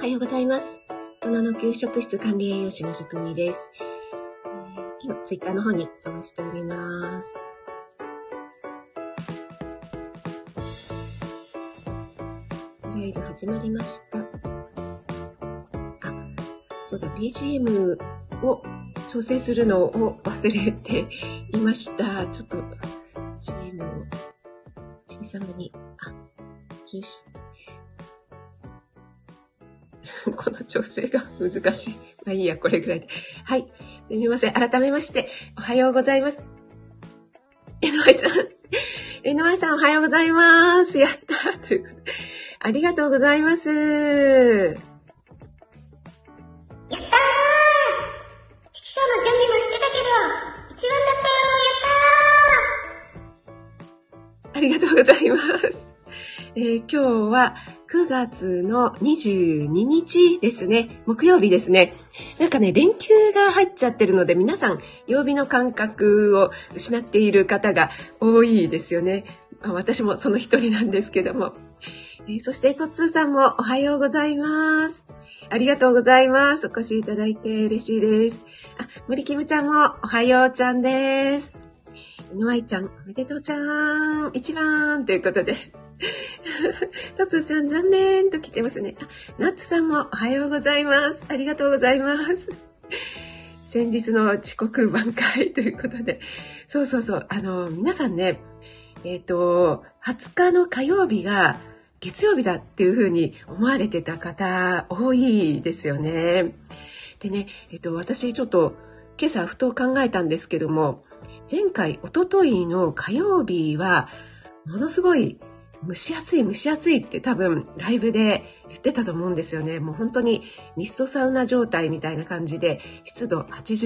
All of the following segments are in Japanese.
はようございます。大人の給食室管理栄養士の職味です。今、ツイッターの方に飛ばしております。ライブ始まりました。そうだ、BGM を調整するのを忘れていました。ちょっと CM を小さめに、この調整が難しい。まあいいや、これぐらいで。はい。すみません。改めまして、おはようございます。NY さんおはようございます。やったということで。ありがとうございます。やったー！ 指揮者の準備もしてたけど、一番だったよ。やったー！ ありがとうございます。今日は9月の22日ですね。木曜日ですね。なんかね、連休が入っちゃってるので、皆さん曜日の感覚を失っている方が多いですよね。私もその一人なんですけども。そして、トッツーさんもおはようございます。ありがとうございます。お越しいただいて嬉しいです。森キムちゃんもおはようちゃんです。NY ちゃん、おめでとうちゃん、一番ということで。トツちゃん残念と来てますね。ナッツさんもおはようございます。ありがとうございます。先日の遅刻挽回ということで。そう。皆さんね、20日の火曜日が月曜日だっていうふうに思われてた方多いですよね。でね、私ちょっと今朝ふと考えたんですけども、前回、一昨日の火曜日はものすごい蒸し暑いって多分ライブで言ってたと思うんですよね。もう本当にミストサウナ状態みたいな感じで湿度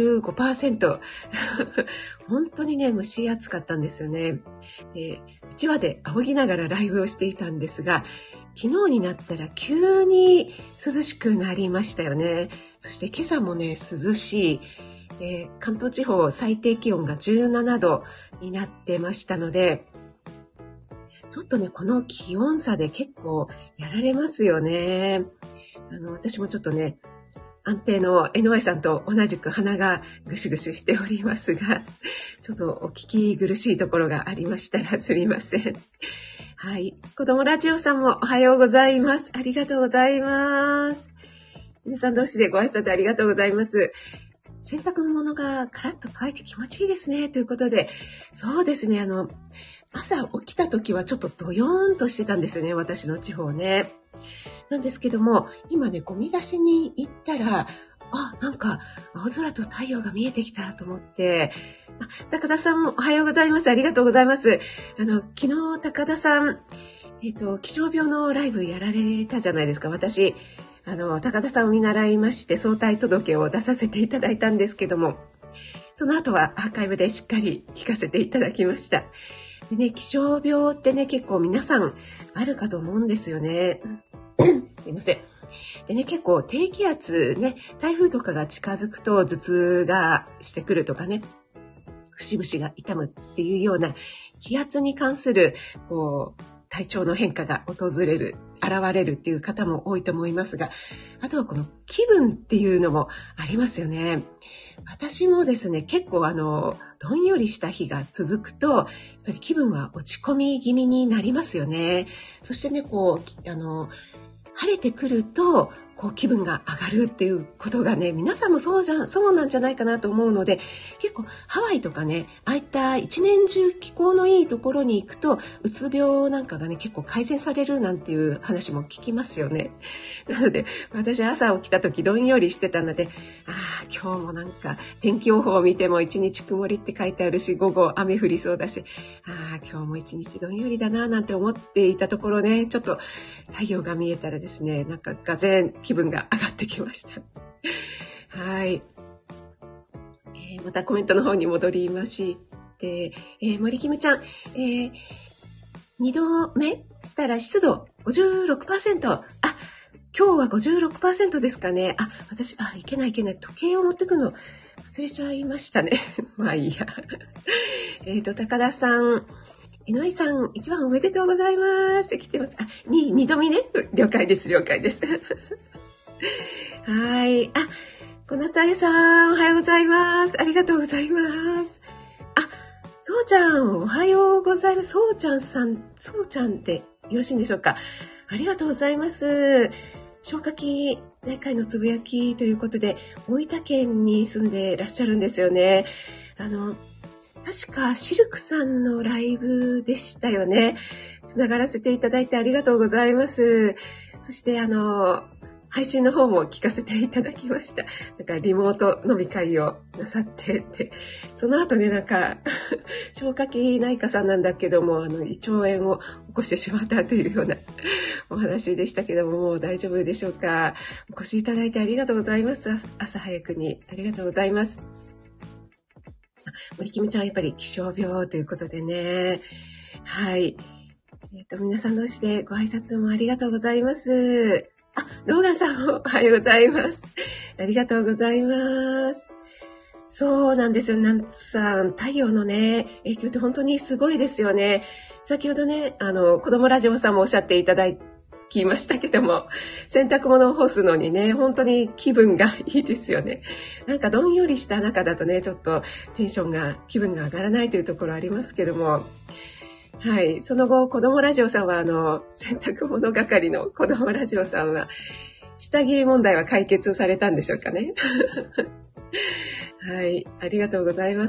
85% 本当にね蒸し暑かったんですよね。で、うちわで仰ぎながらライブをしていたんですが、昨日になったら急に涼しくなりましたよね。そして今朝もね涼しい、関東地方最低気温が17度になってましたので、ちょっとね、この気温差で結構やられますよね。私もちょっとね、安定の NY さんと同じく鼻がぐしゅぐしゅしておりますが、ちょっとお聞き苦しいところがありましたらすみません。はい。子供ラジオさんもおはようございます。ありがとうございます。皆さん同士でご挨拶ありがとうございます。洗濯物がカラッと乾いて気持ちいいですね。ということで、そうですね、朝起きた時はちょっとドヨーンとしてたんですよね、私の地方ね。なんですけども、今ね、ゴミ出しに行ったら、なんか青空と太陽が見えてきたと思って、高田さんもおはようございます。ありがとうございます。昨日高田さん、気象病のライブやられたじゃないですか。私、高田さんを見習いまして相対届を出させていただいたんですけども、その後はアーカイブでしっかり聞かせていただきました。でね、気象病ってね、結構皆さんあるかと思うんですよね。すいません。でね、結構低気圧ね、台風とかが近づくと頭痛がしてくるとかね、節々が痛むっていうような気圧に関する体調の変化が現れるっていう方も多いと思いますが、あとはこの気分っていうのもありますよね。私もですね、結構どんよりした日が続くと、やっぱり気分は落ち込み気味になりますよね。そしてね、晴れてくると、気分が上がるっていうことがね、皆さんもそうなんじゃないかなと思うので、結構ハワイとかね、ああいった一年中気候のいいところに行くと、うつ病なんかがね、結構改善されるなんていう話も聞きますよね。なので、私朝起きた時どんよりしてたので、今日もなんか天気予報を見ても一日曇りって書いてあるし、午後雨降りそうだし、今日も一日どんよりだななんて思っていたところね、ちょっと太陽が見えたらですね、なんかがぜん気分が上がってきました。はい。またコメントの方に戻りまして、森キムちゃん、2度目したら湿度 56%。今日は 56% ですかね。私、いけない。時計を持ってくの忘れちゃいましたね。まあいいや。高田さん、NY さん、一番おめでとうございます。来てます。2度目ね。了解です。 はい。あ、小夏あゆさん、おはようございます。ありがとうございます。あ、そうちゃん、おはようございます。そうちゃんさん、そうちゃんでよろしいんでしょうか。ありがとうございます。消化器内科医のつぶやきということで、大分県に住んでいらっしゃるんですよね。確かシルクさんのライブでしたよね。つながらせていただいてありがとうございます。そして配信の方も聞かせていただきました。なんかリモート飲み会をなさってて、その後ね、なんか消化器内科さんなんだけども、胃腸炎を起こしてしまったというようなお話でしたけども、もう大丈夫でしょうか。お越しいただいてありがとうございます。朝早くにありがとうございます。森キムちゃんはやっぱり気象病ということでね。はい。皆さん同士でご挨拶もありがとうございます。あ、ローガンさんもおはようございます。ありがとうございます。そうなんですよ。なんさん、太陽のね、影響って本当にすごいですよね。先ほどね、子供ラジオさんもおっしゃっていただきましたけども、洗濯物を干すのにね、本当に気分がいいですよね。なんかどんよりした中だとね、ちょっと気分が上がらないというところありますけども、はい。その後、子供ラジオさんは、洗濯物係の子供ラジオさんは、下着問題は解決されたんでしょうかね。はい。ありがとうございます。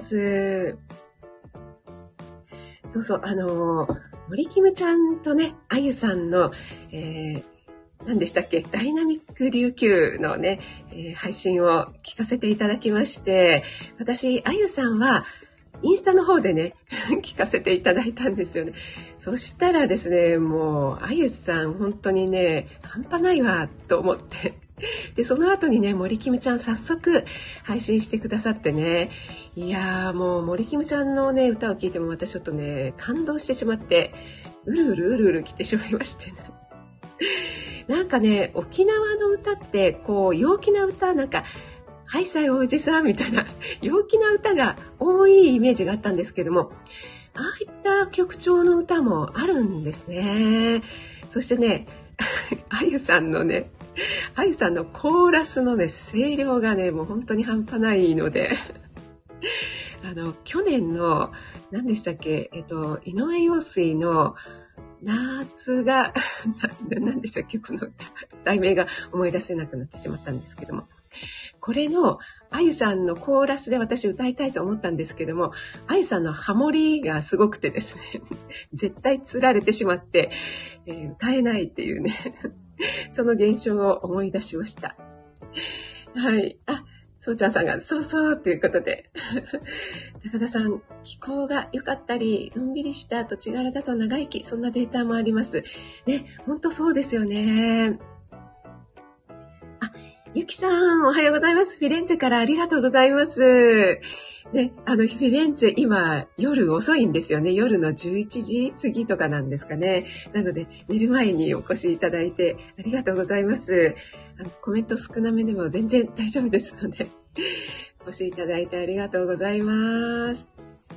そうそう、森キムちゃんとね、あゆさんの、何でしたっけ、ダイナミック琉球のね、配信を聞かせていただきまして、私、あゆさんは、インスタの方でね、聞かせていただいたんですよね。そしたらですね、もう、あゆさん、本当にね、半端ないわ、と思って。で、その後にね、森キムちゃん早速配信してくださってね。いやー、もう森キムちゃんのね、歌を聴いても私ちょっとね、感動してしまって、うるうる来てしまいましてね。なんかね、沖縄の歌って、こう、陽気な歌、なんか、はいさいおじさんみたいな陽気な歌が多いイメージがあったんですけども、ああいった曲調の歌もあるんですね。そしてね、あゆさんのコーラスのね、声量がね、もう本当に半端ないので、去年の、何でしたっけ、井上陽水の夏が、何でしたっけ、この歌、題名が思い出せなくなってしまったんですけども、これのあゆさんのコーラスで私歌いたいと思ったんですけども、あゆさんのハモリがすごくてですね、絶対釣られてしまって、歌えないっていうね、その現象を思い出しました。はい。あ、そうちゃんさんが、そうそうということで。高田さん、気候が良かったり、のんびりした土地柄だと長生き、そんなデータもあります。ね、本当そうですよね。ゆきさん、おはようございます。フィレンツェからありがとうございます。ね、フィレンツェ、今、夜遅いんですよね。夜の11時過ぎとかなんですかね。なので、寝る前にお越しいただいてありがとうございます。コメント少なめでも全然大丈夫ですので、お越しいただいてありがとうございます。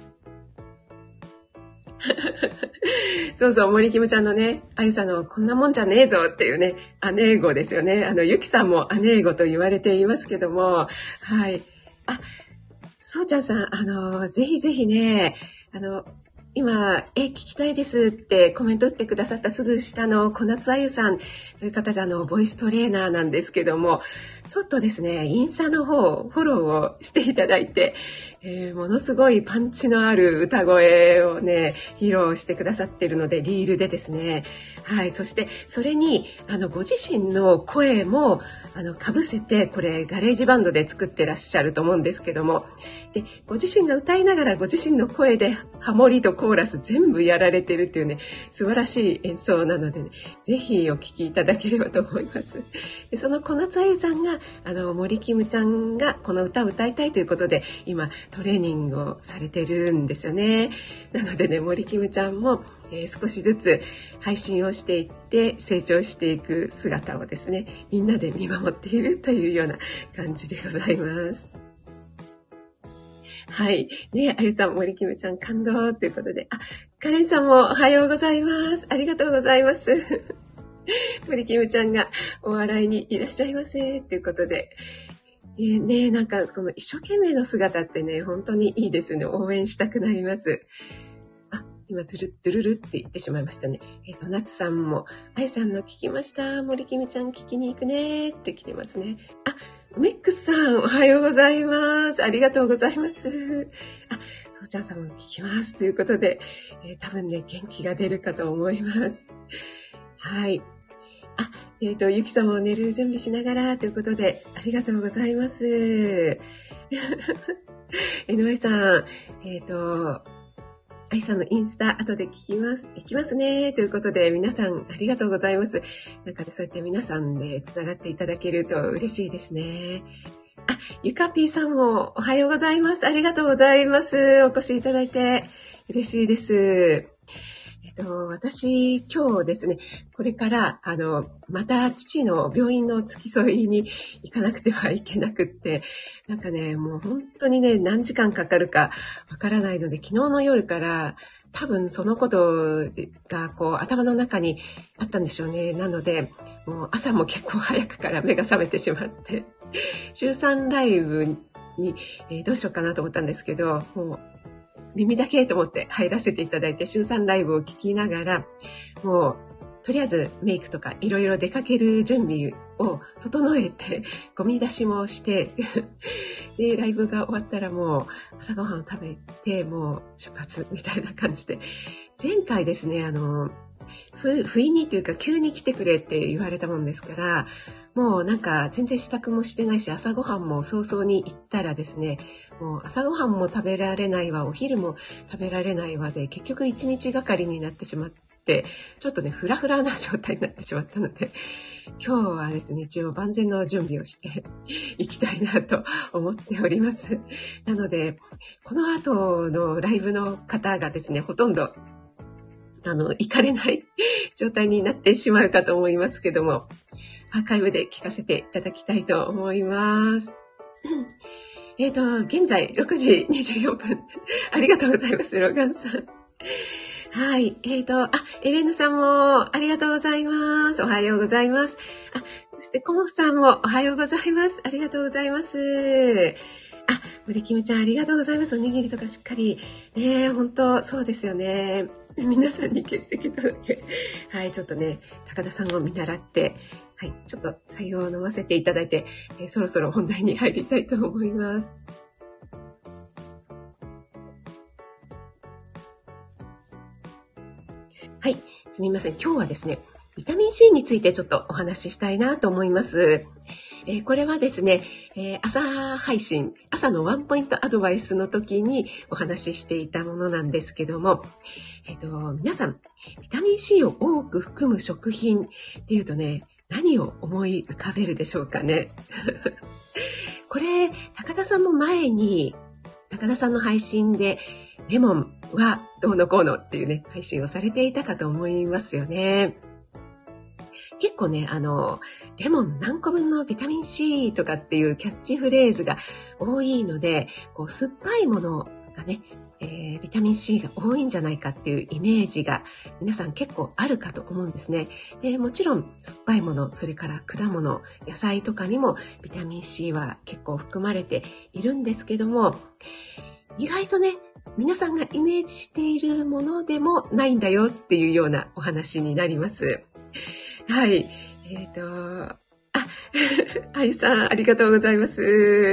そうそう、森キムちゃんのね、あゆさんのこんなもんじゃねえぞっていうね、姉語ですよね。ゆきさんも姉語と言われていますけども、はい。あ、そうちゃんさん、ぜひぜひね、今、聞きたいですってコメント打ってくださったすぐ下の小夏あゆさんという方がボイストレーナーなんですけども、ちょっとですね、インスタの方、フォローをしていただいて、ものすごいパンチのある歌声をね、披露してくださっているので、リールでですね。はい。そして、それに、ご自身の声も、被せて、これ、ガレージバンドで作ってらっしゃると思うんですけども、で、ご自身が歌いながら、ご自身の声で、ハモリとコーラス全部やられてるっていうね、素晴らしい演奏なので、ね、ぜひお聴きいただければと思います。で、その小夏あゆさんが、森キムちゃんがこの歌を歌いたいということで、今、トレーニングをされてるんですよね。なのでね、森キムちゃんも、少しずつ配信をしていって成長していく姿をですね、みんなで見守っているというような感じでございます。はい。ね、あゆさん、森キムちゃん感動ということで、あ、カレンさんもおはようございます。ありがとうございます。 森キムちゃんがお笑いにいらっしゃいませということで。ね、なんかその一生懸命の姿ってね、本当にいいですね。応援したくなります。あ、今ズルッドゥルルって言ってしまいましたね。ナツさんも、あいさんの聞きました。森キムちゃん聞きに行くねって来てますね。あ、メックスさんおはようございます。ありがとうございます。あ、そうちゃんさんも聞きますということで、多分ね、元気が出るかと思います。はい。あ、ゆきさんも寝る準備しながらということで、ありがとうございます。NY さん、愛さんのインスタ後で行きますね。ということで、皆さんありがとうございます。なんかね、そうやって皆さんでつながっていただけると嬉しいですね。あ、ゆかぴーさんもおはようございます。ありがとうございます。お越しいただいて嬉しいです。私、今日ですね、これから、また父の病院の付き添いに行かなくてはいけなくって、なんかね、もう本当にね、何時間かかるかわからないので、昨日の夜から多分そのことがこう頭の中にあったんでしょうね。なので、もう朝も結構早くから目が覚めてしまって、週3ライブに、どうしようかなと思ったんですけど、もう耳だけと思って入らせていただいて、週3ライブを聞きながら、もう、とりあえずメイクとかいろいろ出かける準備を整えて、ゴミ出しもして、で、ライブが終わったらもう朝ごはんを食べて、もう出発みたいな感じで、前回ですね、不意にというか急に来てくれって言われたもんですから、もうなんか全然支度もしてないし、朝ごはんも早々に行ったらですね、もう朝ごはんも食べられないわ、お昼も食べられないわで、結局1日がかりになってしまって、ちょっとね、フラフラな状態になってしまったので、今日はですね、一応万全の準備をしていきたいなと思っております。なので、この後のライブの方がですね、ほとんど行かれない状態になってしまうかと思いますけども、アーカイブで聞かせていただきたいと思います。現在6時24分。ありがとうございます、ロガンさん。はい。エレンヌさんもありがとうございます。おはようございます。あ、そしてコモフさんもおはようございます。ありがとうございます。あ、森キムちゃんありがとうございます。おにぎりとかしっかり。ね、本当そうですよね。皆さんに欠席とだけ。はい、ちょっとね、高田さんを見習って、はい、ちょっと採用を飲ませていただいて、そろそろ本題に入りたいと思います。はい、すみません。今日はですね、ビタミン C についてちょっとお話ししたいなと思います。これはですね、朝配信、朝のワンポイントアドバイスの時にお話ししていたものなんですけども、皆さん、ビタミン C を多く含む食品っていうとね、何を思い浮かべるでしょうかね。これ、高田さんも前に、高田さんの配信で、レモンはどうのこうのっていうね、配信をされていたかと思いますよね。結構ね、レモン何個分のビタミン C とかっていうキャッチフレーズが多いので、こう酸っぱいものがね、ビタミン C が多いんじゃないかっていうイメージが皆さん結構あるかと思うんですね。で、もちろん酸っぱいもの、それから果物、野菜とかにもビタミン C は結構含まれているんですけども、意外とね、皆さんがイメージしているものでもないんだよっていうようなお話になります。はい。あゆさん、ありがとうございます。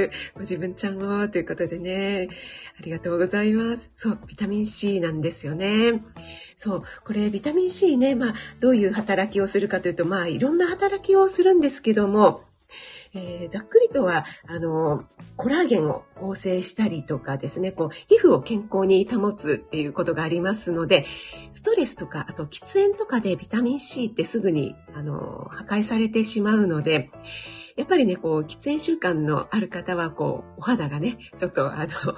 ご自分ちゃんをということでね、ありがとうございます。そう、ビタミン C なんですよね。そう、これビタミン C ね、どういう働きをするかというと、いろんな働きをするんですけども、ざっくりとは、コラーゲンを合成したりとかですね、こう、皮膚を健康に保つっていうことがありますので、ストレスとか、あと喫煙とかでビタミン C ってすぐに、破壊されてしまうので、やっぱりね、こう、喫煙習慣のある方は、こう、お肌がね、ちょっと、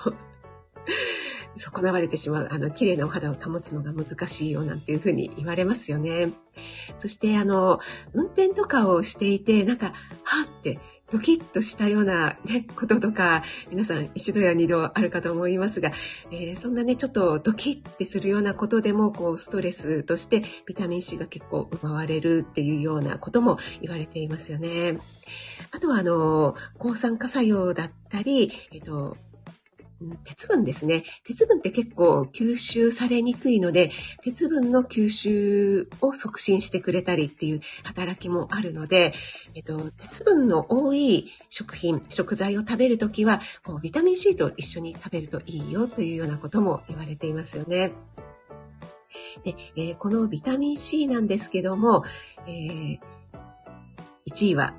損なわれてしまう、綺麗なお肌を保つのが難しいよなんていうふうに言われますよね。そして、運転とかをしていて、なんか、はってドキッとしたようなね、こととか、皆さん一度や二度あるかと思いますが、そんなね、ちょっとドキッてするようなことでも、こう、ストレスとしてビタミン C が結構奪われるっていうようなことも言われていますよね。あとは、抗酸化作用だったり、鉄分ですね。鉄分って結構吸収されにくいので、鉄分の吸収を促進してくれたりっていう働きもあるので、鉄分の多い食材を食べるときは、こうビタミン C と一緒に食べるといいよというようなことも言われていますよね。で、このビタミン C なんですけども、1位は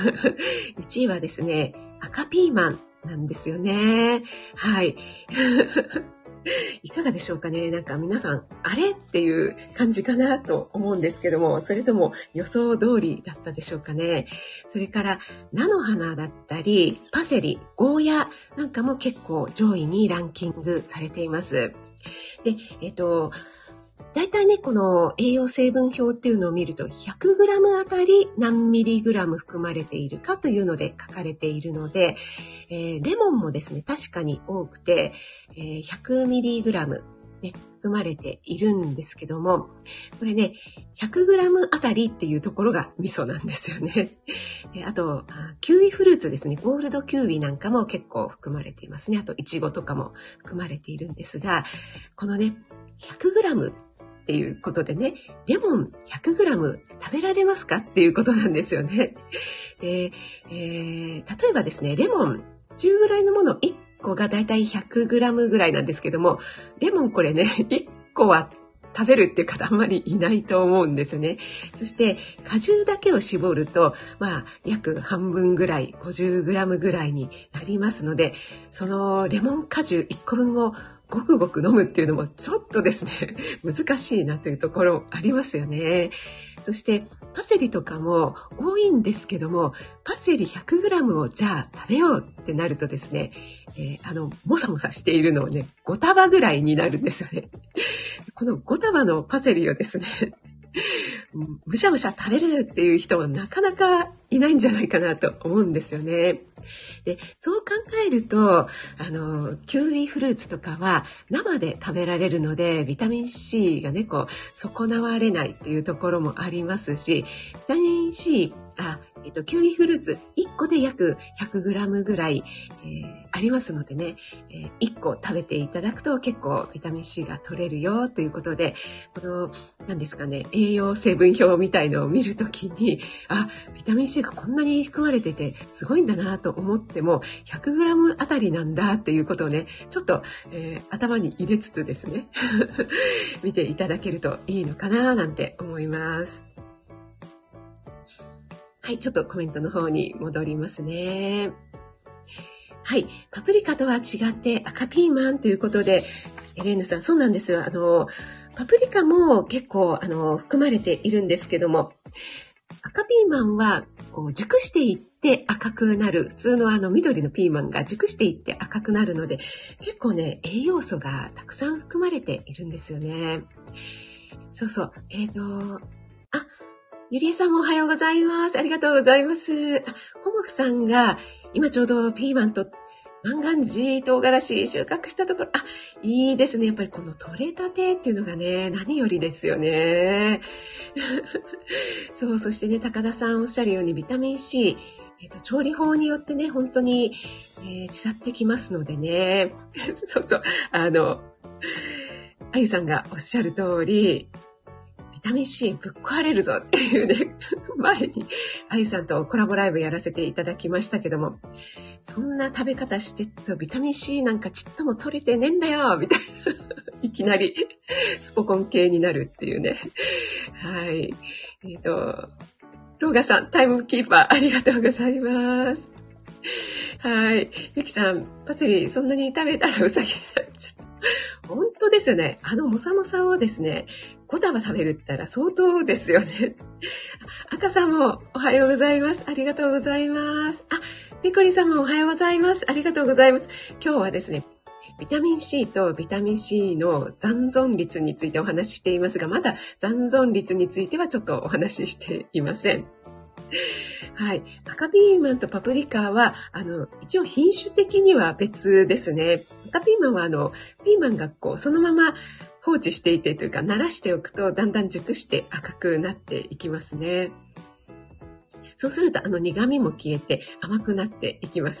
1位はですね、赤ピーマンなんですよね。はい。いかがでしょうかね。なんか皆さん、あれっていう感じかなと思うんですけども、それとも予想通りだったでしょうかね。それから、菜の花だったり、パセリ、ゴーヤなんかも結構上位にランキングされています。で、大体ね、この栄養成分表っていうのを見ると 100g あたり何ミリグラム含まれているかというので書かれているので、レモンもですね、確かに多くて、100mg、ね、含まれているんですけども、これね、100g あたりっていうところがミソなんですよね。あと、キウイフルーツですね、ゴールドキウイなんかも結構含まれていますね。あと、イチゴとかも含まれているんですが、このね、100gっていうことでね、レモン 100g 食べられますかっていうことなんですよね。で、例えばですね、レモン10ぐらいのもの1個がだいたい 100g ぐらいなんですけども、レモンこれね、1個は食べるっていう方あんまりいないと思うんですよね。そして果汁だけを絞ると、約半分ぐらい、50g ぐらいになりますので、そのレモン果汁1個分をごくごく飲むっていうのもちょっとですね、難しいなというところありますよね。そしてパセリとかも多いんですけども、パセリ 100g をじゃあ食べようってなるとですね、もさもさしているのをね、5束ぐらいになるんですよね。この5束のパセリをですね、むしゃむしゃ食べるっていう人はなかなかいないんじゃないかなと思うんですよね。で、そう考えると、キウイフルーツとかは生で食べられるので、ビタミン C がね、こう、損なわれないっていうところもありますし、ビタミン C、キウイフルーツ1個で約 100g ぐらい、ありますのでね、1個食べていただくと結構ビタミン C が取れるよということで、この、何ですかね、栄養成分表みたいのを見るときに、ビタミン C がこんなに含まれててすごいんだなと思っても、100g あたりなんだっていうことをね、ちょっと、頭に入れつつですね、見ていただけるといいのかななんて思います。はい、ちょっとコメントの方に戻りますね。はい、パプリカとは違って赤ピーマンということで、エレーヌさん、そうなんですよ。パプリカも結構含まれているんですけども、赤ピーマンはこう熟していって赤くなる。普通の緑のピーマンが熟していって赤くなるので、結構ね、栄養素がたくさん含まれているんですよね。そうそう。ゆりえさんもおはようございます。ありがとうございます。コモフさんが今ちょうどピーマンと万願寺唐辛子収穫したところ、いいですね。やっぱりこの取れたてっていうのがね、何よりですよね。そう、そしてね、高田さんおっしゃるようにビタミン C、調理法によってね、本当に、違ってきますのでね。そうそう、あゆさんがおっしゃる通り、ビタミン C ぶっ壊れるぞっていうね、前にあゆさんとコラボライブやらせていただきましたけども、そんな食べ方してとビタミン C なんかちっとも取れてねえんだよみたいな、いきなりスポコン系になるっていうね。はい。ローガさん、タイムキーパーありがとうございます。はい。ゆきさん、パセリそんなに食べたらウサギになっちゃう。本当ですよね。もさもさをですね、5束食べるって言ったら相当ですよね。赤さんもおはようございます。ありがとうございます。ペコリさんもおはようございます。ありがとうございます。今日はですね、ビタミン C とビタミン C の残存率についてお話ししていますが、まだ残存率についてはちょっとお話ししていません。 はい。赤ピーマンとパプリカは、一応品種的には別ですね。赤ピーマンはピーマンがそのまま放置していてというか、慣らしておくとだんだん熟して赤くなっていきますね。そうすると苦味も消えて甘くなっていきます。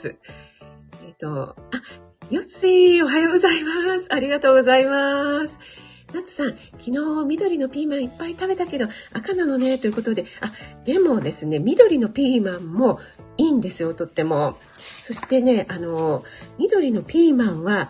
よっせー、おはようございます。ありがとうございます。ナッツさん、昨日緑のピーマンいっぱい食べたけど赤なのねということで、でもですね、緑のピーマンもいいんですよ、とっても。そしてね、緑のピーマンは、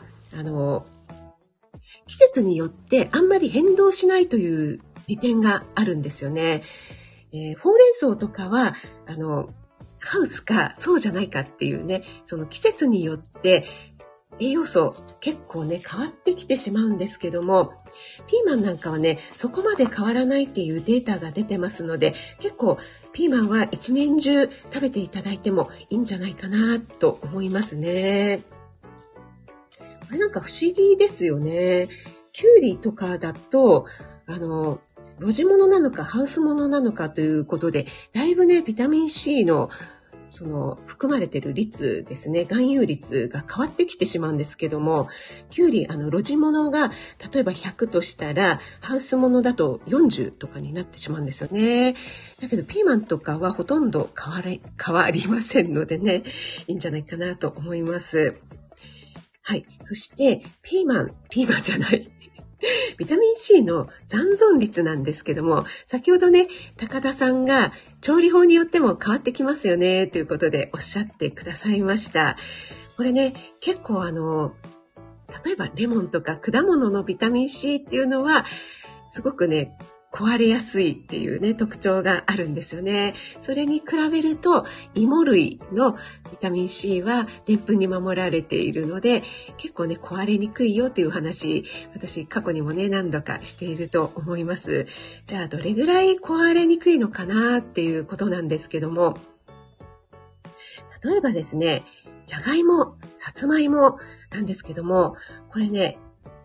季節によってあんまり変動しないという利点があるんですよね。ほうれん草とかは、ハウスかそうじゃないかっていうね、その季節によって栄養素結構ね、変わってきてしまうんですけども、ピーマンなんかはね、そこまで変わらないっていうデータが出てますので、結構ピーマンは一年中食べていただいてもいいんじゃないかなと思いますね。これなんか不思議ですよね。キュウリとかだと、露地物なのかハウス物なのかということで、だいぶね、ビタミン C の含まれている率ですね、含有率が変わってきてしまうんですけども、キュウリ、露地物が例えば100としたら、ハウス物だと40とかになってしまうんですよね。だけど、ピーマンとかはほとんど変わりませんのでね、いいんじゃないかなと思います。はい。そして、ピーマンじゃない。ビタミン C の残存率なんですけども、先ほどね、高田さんが調理法によっても変わってきますよね、ということでおっしゃってくださいました。これね、結構例えばレモンとか果物のビタミン C っていうのは、すごくね、壊れやすいっていうね、特徴があるんですよね。それに比べると、芋類のビタミン C はでんぷんに守られているので、結構ね、壊れにくいよという話、私過去にもね、何度かしていると思います。じゃあ、どれぐらい壊れにくいのかなっていうことなんですけども、例えばですね、じゃがいも、さつまいもなんですけども、これね、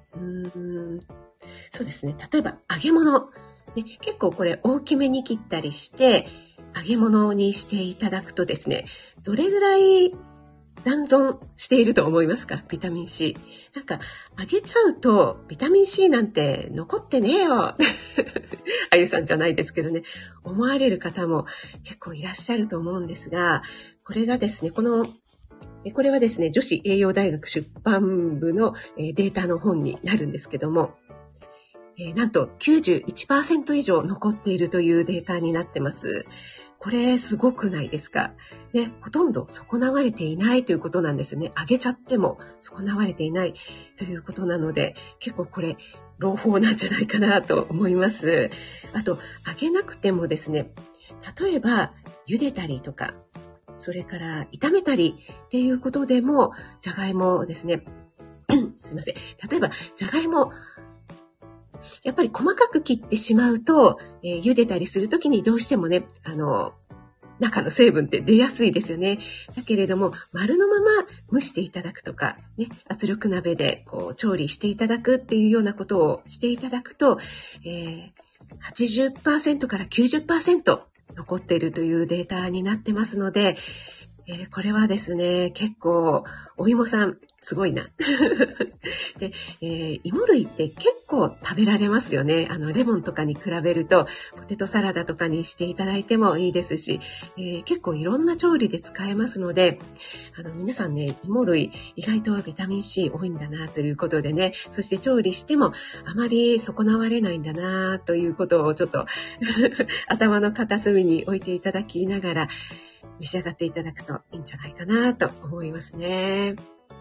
そうですね、例えば揚げ物、ね、結構これ大きめに切ったりして揚げ物にしていただくとですね、どれぐらい残存していると思いますか？ビタミン C。なんか揚げちゃうとビタミン C なんて残ってねえよ。あゆさんじゃないですけどね、思われる方も結構いらっしゃると思うんですが、これがですね、これはですね、女子栄養大学出版部のデータの本になるんですけども、なんと 91% 以上残っているというデータになってます。これすごくないですか？ね、ほとんど損なわれていないということなんですね。揚げちゃっても損なわれていないということなので、結構これ朗報なんじゃないかなと思います。あと、揚げなくてもですね、例えば茹でたりとか、それから炒めたりっていうことでも、じゃがいもですね、すいません。例えばじゃがいも、やっぱり細かく切ってしまうと、茹でたりするときにどうしてもね、中の成分って出やすいですよね。だけれども、丸のまま蒸していただくとか、ね、圧力鍋で調理していただくっていうようなことをしていただくと、80% から 90% 残っているというデータになってますので、これはですね、結構、お芋さん、すごいな。で、芋類って結構食べられますよね。レモンとかに比べると、ポテトサラダとかにしていただいてもいいですし、結構いろんな調理で使えますので、皆さんね、芋類、意外とビタミン C 多いんだなということでね、そして調理してもあまり損なわれないんだなということをちょっと頭の片隅に置いていただきながら、召し上がっていただくといいんじゃないかなと思いますね。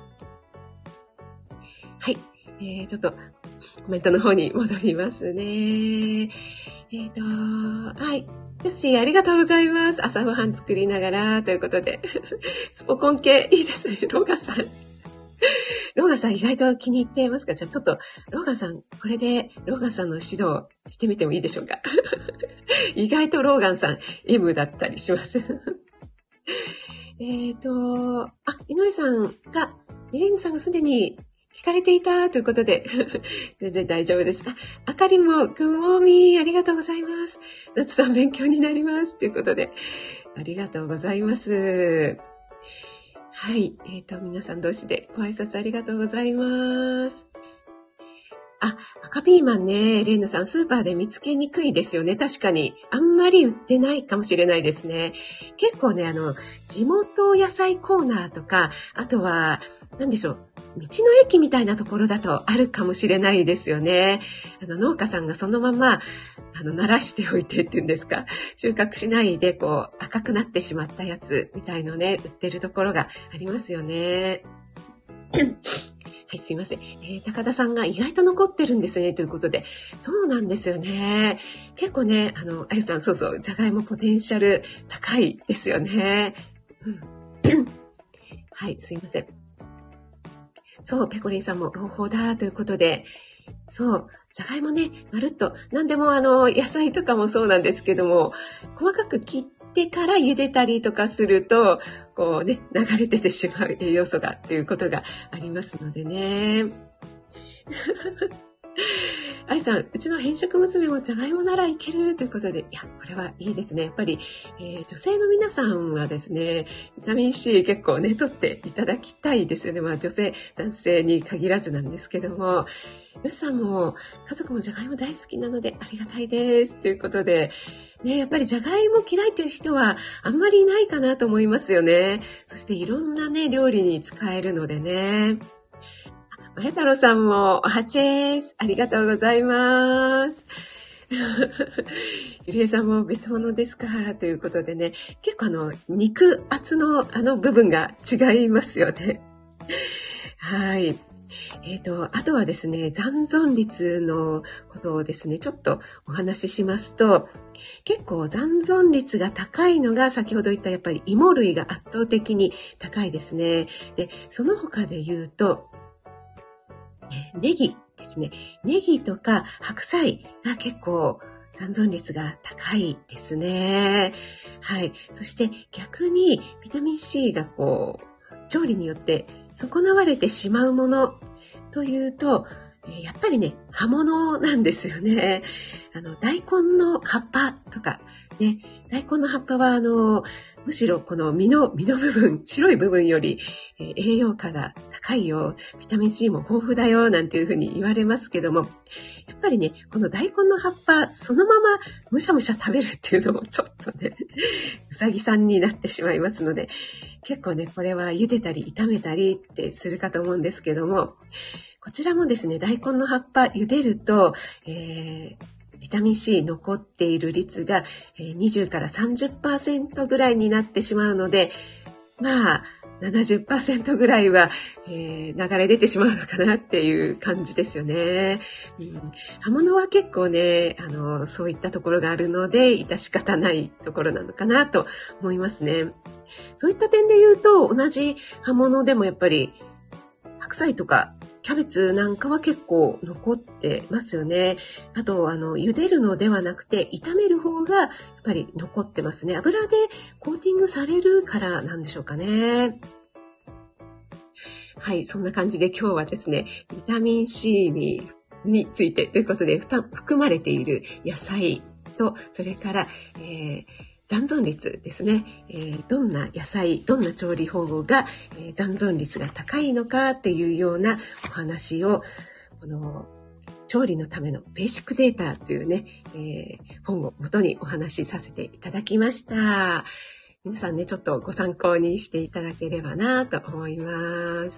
はい。ちょっとコメントの方に戻りますね。はい。よし、ありがとうございます。朝ごはん作りながらということで。スポコン系いいですね。ローガさん。ローガさん意外と気に入っていますか？じゃあちょっとローガさん、これでローガさんの指導してみてもいいでしょうか？意外とローガンさん M だったりします。井上さんが、イレーヌさんがすでに聞かれていたということで、全然大丈夫です。あかりも、グッモーミー、ありがとうございます。夏さん勉強になります。ということで、 ありがとうございます。はい。皆さん同士でご挨拶ありがとうございます。赤ピーマンね、レイナさん、スーパーで見つけにくいですよね。確かに。あんまり売ってないかもしれないですね。結構ね、地元野菜コーナーとか、あとは、なんでしょう。道の駅みたいなところだとあるかもしれないですよね。農家さんがそのまま、慣らしておいてっていうんですか。収穫しないで、赤くなってしまったやつみたいのね、売ってるところがありますよね。はい、すいません。高田さんが意外と残ってるんですね、ということで。そうなんですよね。結構ね、あゆさん、そうそう、じゃがいもポテンシャル高いですよね。はい、すいません。そう、ペコリンさんも朗報だということで、そう、じゃがいもね、まるっと、なんでも野菜とかもそうなんですけども、細かく切ってから茹でたりとかすると、流れ出てしまう栄養素がっていうことがありますのでね。愛さん、うちの偏食娘もじゃがいもならいけるということで、いや、これはいいですね。やっぱり、女性の皆さんはですね、ビタミン C 結構ね、取っていただきたいですよね。女性、男性に限らずなんですけども、よしさんも家族もじゃがいも大好きなのでありがたいです。ということで、ね、やっぱりじゃがいも嫌いという人はあんまりいないかなと思いますよね。そしていろんなね、料理に使えるのでね。まや太郎さんもおはちです。ありがとうございます。ゆりえさんも別物ですかということでね、結構肉厚の部分が違いますよね。はい。あとはですね、残存率のことをですね、ちょっとお話ししますと、結構残存率が高いのが先ほど言ったやっぱり芋類が圧倒的に高いですね。で、その他で言うと、ネギですね。ネギとか白菜が結構残存率が高いですね。はい。そして逆にビタミン C が調理によって損なわれてしまうものというと、やっぱりね、葉物なんですよね。大根の葉っぱとか、ね、大根の葉っぱはむしろこの実の部分、白い部分より、栄養価が高いよ、ビタミン C も豊富だよ、なんていうふうに言われますけども、やっぱりね、この大根の葉っぱ、そのままむしゃむしゃ食べるっていうのもちょっとね、うさぎさんになってしまいますので、結構ね、これは茹でたり炒めたりってするかと思うんですけども、こちらもですね、大根の葉っぱ茹でると、ビタミン C 残っている率が20から 30% ぐらいになってしまうので、70% ぐらいは、流れ出てしまうのかなっていう感じですよね。葉物は結構ね、そういったところがあるので、致し方ないところなのかなと思いますね。そういった点で言うと、同じ葉物でもやっぱり白菜とかキャベツなんかは結構残ってますよね。あと、茹でるのではなくて、炒める方がやっぱり残ってますね。油でコーティングされるからなんでしょうかね。はい、そんな感じで今日はですね、ビタミン C についてということで、含まれている野菜と、それから、残存率ですね、どんな野菜、どんな調理方法が、残存率が高いのかっていうようなお話を、この調理のためのベーシックデータというね、本を元にお話しさせていただきました。皆さんね、ちょっとご参考にしていただければなと思います。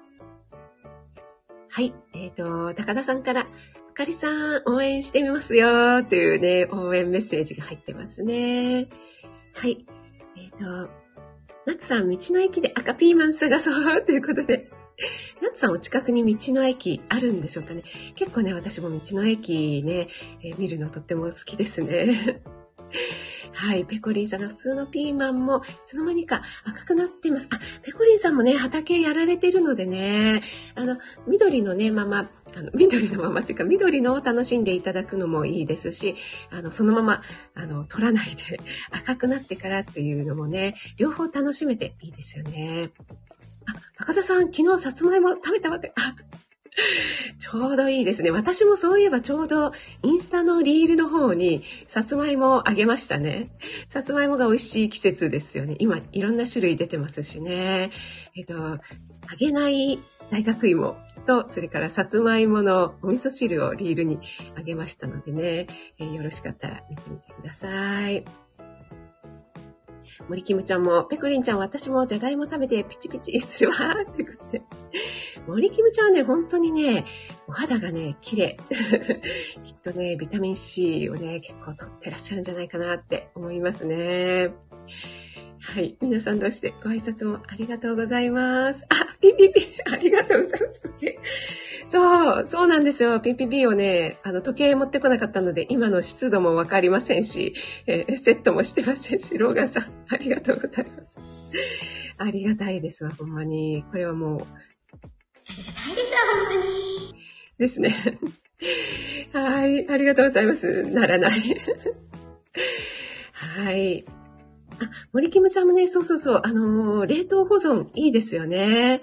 はい、高田さんから、あかりさん応援してみますよというね、応援メッセージが入ってますね。はい。ナツさん、道の駅で赤ピーマン探そうということで、ナツさんお近くに道の駅あるんでしょうかね。結構ね、私も道の駅ね、見るのとっても好きですね。はい。ペコリンさんが普通のピーマンもいつの間にか赤くなっています。ペコリンさんもね、畑やられてるのでね、緑のままっていうか、緑のを楽しんでいただくのもいいですし、そのまま、取らないで赤くなってからっていうのもね、両方楽しめていいですよね。高田さん、昨日さつまいも食べたわけ。 ちょうどいいですね。私もそういえばちょうどインスタのリールの方にさつまいもをあげましたね。さつまいもが美味しい季節ですよね。今いろんな種類出てますしね。揚げない大学芋と、それからさつまいものお味噌汁をリールにあげましたのでね、よろしかったら見てみてください。森キムちゃんも、ペコリンちゃん、私もじゃがいも食べてピチピチするわーってことで。森キムちゃんはね、本当にね、お肌がね、綺麗。きっとね、ビタミン C をね、結構取ってらっしゃるんじゃないかなって思いますね。はい。皆さんどうしてご挨拶もありがとうございます。あ、ピピピ、ありがとうございます。そうなんですよ。ピピピをね、時計持ってこなかったので、今の湿度もわかりませんし、セットもしてませんし、ローガンさん、ありがとうございます。ありがたいですわ、ほんまに。これはもう。 ありがたいですわ、ほんまに。 ですね。はい、ありがとうございます。ならない。はい。あ、森キムちゃんもね、そう、冷凍保存いいですよね。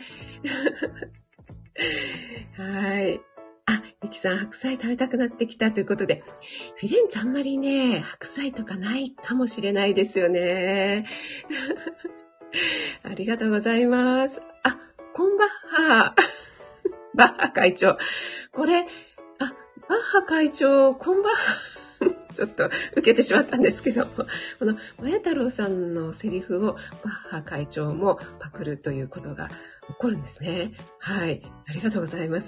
はい。あ、ゆきさん、白菜食べたくなってきたということで、フィレンツェあんまりね、白菜とかないかもしれないですよね。ありがとうございます。あ、こんばっは。バッハ会長。これ、バッハ会長、こんばっは。ちょっと受けてしまったんですけど、この、まや太郎さんのセリフをバッハ会長もパクるということが起こるんですね。はい。ありがとうございます。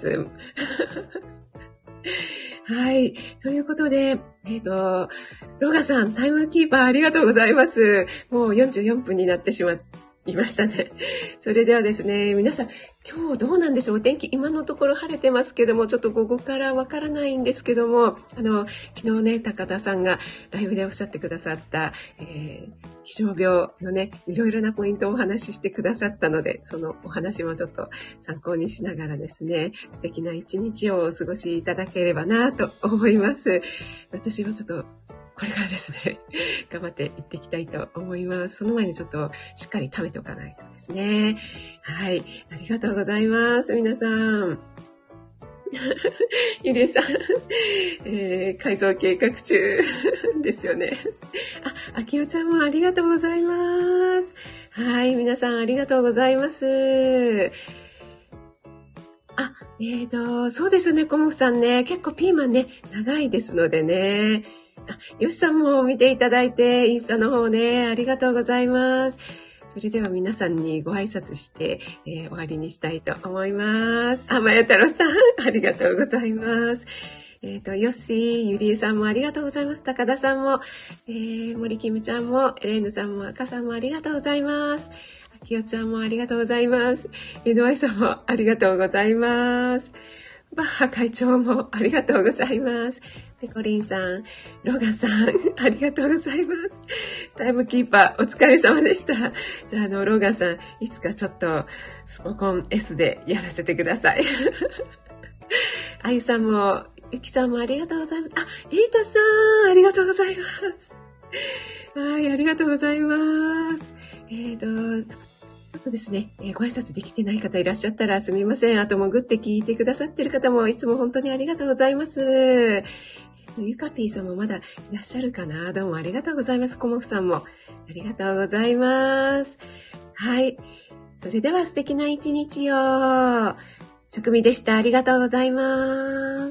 はい。ということで、ロガさん、タイムキーパーありがとうございます。もう44分になってしまいましたね。それではですね、皆さん、今日どうなんでしょう。お天気、今のところ晴れてますけども、ちょっと午後からわからないんですけども、昨日ね、高田さんがライブでおっしゃってくださった、気象病のね、いろいろなポイントをお話ししてくださったので、そのお話もちょっと参考にしながらですね、素敵な一日をお過ごしいただければなと思います。私はちょっとこれからですね、頑張っていっていきたいと思います。その前にちょっとしっかり食べておかないとですね。はい。ありがとうございます。皆さん。ゆりえさん、改造計画中ですよね。あきおちゃんもありがとうございます。はい。皆さんありがとうございます。そうですね、コモフさんね。結構ピーマンね、長いですのでね。よしさんも見ていただいて、インスタの方ね、ありがとうございます。それでは皆さんにご挨拶して、終わりにしたいと思います。まや太郎さん、ありがとうございます。よっしー、ゆりえさんもありがとうございます。高田さんも、森キムちゃんも、エレーヌさんも、赤さんもありがとうございます。あきおちゃんもありがとうございます。NY さんもありがとうございます。バッハ会長もありがとうございます。ペコリンさん、ロガさん、ありがとうございます。タイムキーパー、お疲れ様でした。じゃあ、ロガさん、いつかちょっと、スポコン S でやらせてください。あゆさんも、ゆきさんもありがとうございます。エイタさん、ありがとうございます。はい、ありがとうございます。ちょっとですね、ご挨拶できてない方いらっしゃったらすみません。あと潜って聞いてくださってる方もいつも本当にありがとうございます。ゆかぴーさんもまだいらっしゃるかな。どうもありがとうございます。コモフさんもありがとうございます。はい。それでは素敵な一日を。食味でした。ありがとうございます。